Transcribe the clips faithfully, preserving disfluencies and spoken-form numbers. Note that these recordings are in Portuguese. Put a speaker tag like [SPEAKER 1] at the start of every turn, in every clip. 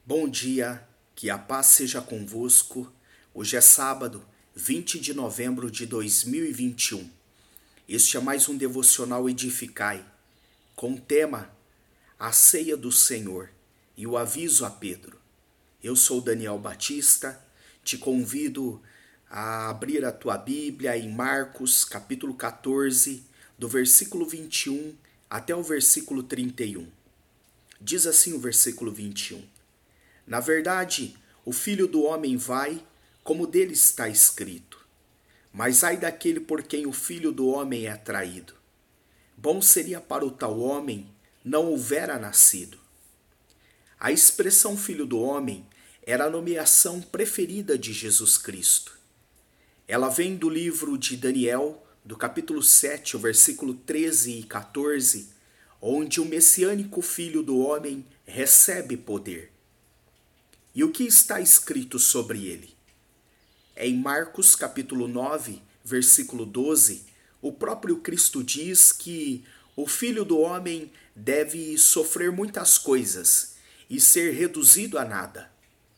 [SPEAKER 1] Bom dia, que a paz seja convosco. Hoje é sábado, vinte de novembro de dois mil e vinte e um. Este é mais um devocional Edificai, com o tema A Ceia do Senhor e o aviso a Pedro. Eu sou Daniel Batista, te convido a abrir a tua Bíblia em Marcos, capítulo quatorze, do versículo vinte e um até o versículo trinta e um. Diz assim o versículo vinte e um. Na verdade, o Filho do Homem vai, como dele está escrito. Mas ai daquele por quem o Filho do Homem é traído. Bom seria para o tal homem não houvera nascido. A expressão Filho do Homem era a nomeação preferida de Jesus Cristo. Ela vem do livro de Daniel, do capítulo sete, o versículo treze e quatorze, onde o messiânico Filho do Homem recebe poder. E o que está escrito sobre ele? Em Marcos capítulo nove, versículo doze, o próprio Cristo diz que o Filho do Homem deve sofrer muitas coisas e ser reduzido a nada.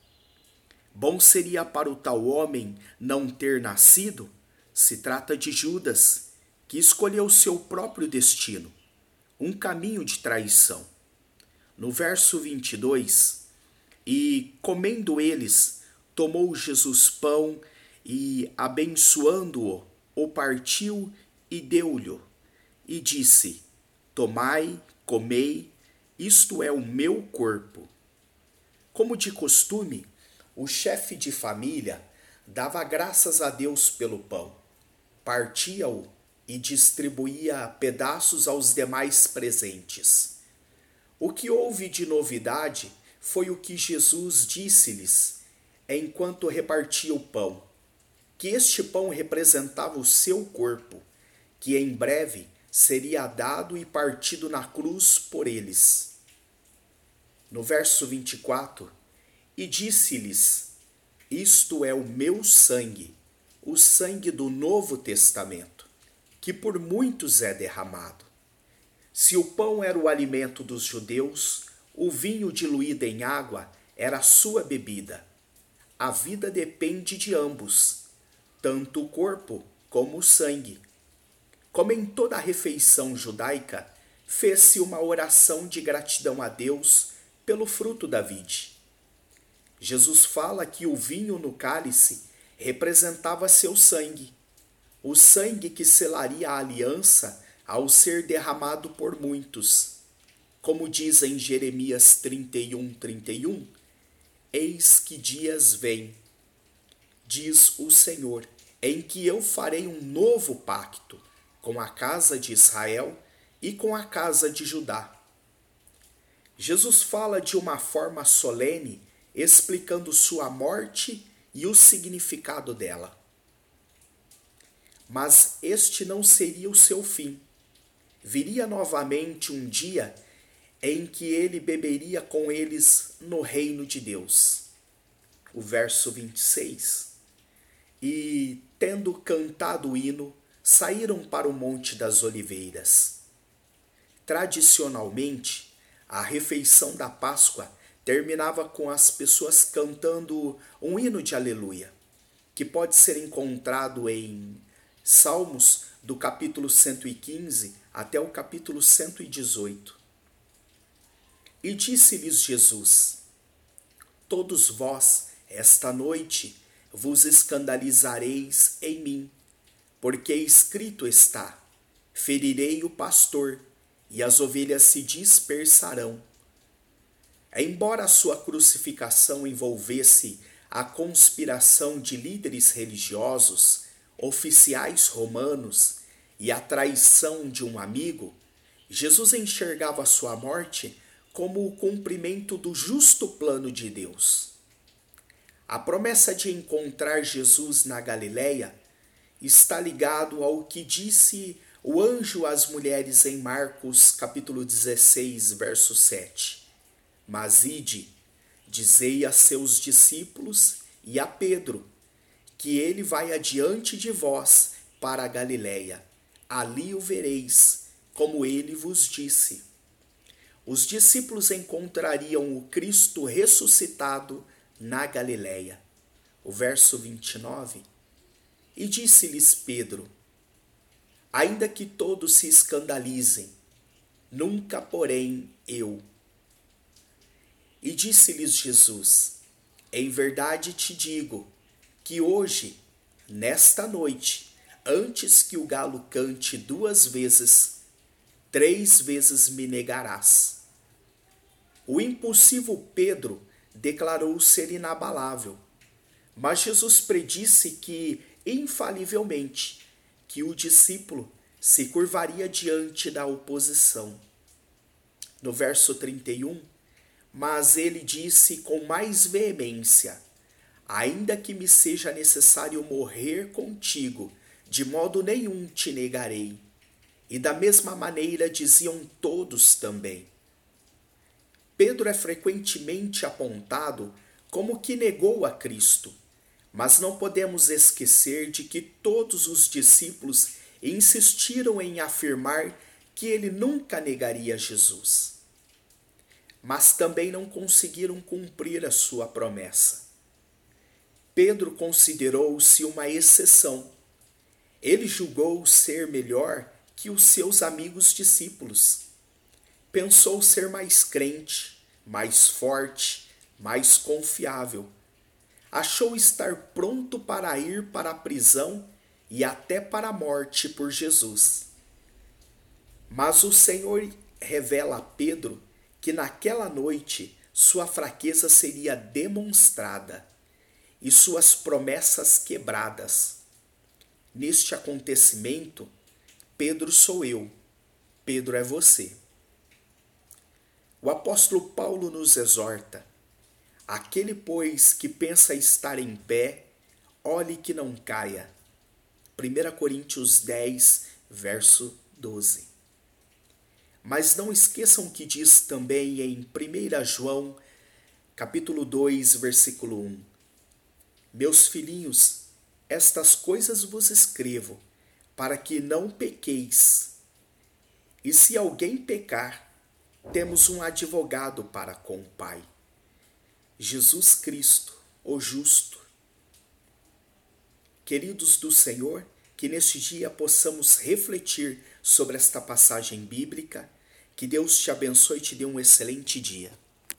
[SPEAKER 1] Bom seria para o tal homem não ter nascido. Se trata de Judas, que escolheu seu próprio destino, um caminho de traição. No verso vinte e dois, e comendo eles, tomou Jesus pão e, abençoando-o, o partiu e deu-lhe, e disse: Tomai, comei, isto é o meu corpo. Como de costume, o chefe de família dava graças a Deus pelo pão, partia-o e distribuía pedaços aos demais presentes. O que houve de novidade foi o que Jesus disse-lhes enquanto repartia o pão, que este pão representava o seu corpo, que em breve seria dado e partido na cruz por eles. No verso vinte e quatro, e disse-lhes: Isto é o meu sangue, o sangue do Novo Testamento, que por muitos é derramado. Se o pão era o alimento dos judeus, o vinho diluído em água era a sua bebida. A vida depende de ambos, tanto o corpo como o sangue. Como em toda a refeição judaica, fez-se uma oração de gratidão a Deus pelo fruto da vide. Jesus fala que o vinho no cálice representava seu sangue, o sangue que selaria a aliança ao ser derramado por muitos. Como diz em Jeremias trinta e um, trinta e um, eis que dias vêm, diz o Senhor, em que eu farei um novo pacto com a casa de Israel e com a casa de Judá. Jesus fala de uma forma solene, explicando sua morte e o significado dela. Mas este não seria o seu fim. Viria novamente um dia em que ele beberia com eles no reino de Deus. O verso vinte e seis. E, tendo cantado o hino, saíram para o Monte das Oliveiras. Tradicionalmente, a refeição da Páscoa terminava com as pessoas cantando um hino de aleluia, que pode ser encontrado em Salmos do capítulo cento e quinze até o capítulo cento e dezoito. E disse-lhes Jesus: Todos vós, esta noite, vos escandalizareis em mim, porque escrito está: ferirei o pastor, e as ovelhas se dispersarão. Embora a sua crucificação envolvesse a conspiração de líderes religiosos, oficiais romanos e a traição de um amigo, Jesus enxergava a sua morte como o cumprimento do justo plano de Deus. A promessa de encontrar Jesus na Galileia está ligado ao que disse o anjo às mulheres em Marcos capítulo dezesseis, verso sete. Mas ide, dizei a seus discípulos e a Pedro, que ele vai adiante de vós para a Galileia. Ali o vereis, como ele vos disse. os discípulos encontrariam o Cristo ressuscitado na Galileia. O verso vinte e nove. E disse-lhes Pedro: ainda que todos se escandalizem, nunca, porém, eu. E disse-lhes Jesus: em verdade te digo que hoje, nesta noite, antes que o galo cante duas vezes, três vezes me negarás. O impulsivo Pedro declarou ser inabalável, mas Jesus predisse que, infalivelmente, que o discípulo se curvaria diante da oposição. No verso trinta e um, mas ele disse com mais veemência: ainda que me seja necessário morrer contigo, de modo nenhum te negarei. E da mesma maneira diziam todos também. Pedro é frequentemente apontado como que negou a Cristo, mas não podemos esquecer de que todos os discípulos insistiram em afirmar que ele nunca negaria Jesus. Mas também não conseguiram cumprir a sua promessa. Pedro considerou-se uma exceção. Ele julgou ser melhor que os seus amigos discípulos. Pensou ser mais crente, mais forte, mais confiável. Achou estar pronto para ir para a prisão e até para a morte por Jesus. Mas o Senhor revela a Pedro que naquela noite sua fraqueza seria demonstrada e suas promessas quebradas. Neste acontecimento, Pedro sou eu, Pedro é você. O apóstolo Paulo nos exorta: aquele, pois, que pensa estar em pé, olhe que não caia. primeira Coríntios dez, verso doze. Mas não esqueçam que diz também em primeira João, capítulo dois, versículo um. Meus filhinhos, estas coisas vos escrevo, para que não pequeis. E se alguém pecar, temos um advogado para com o Pai, Jesus Cristo, o justo. Queridos do Senhor, que neste dia possamos refletir sobre esta passagem bíblica. Que Deus te abençoe e te dê um excelente dia.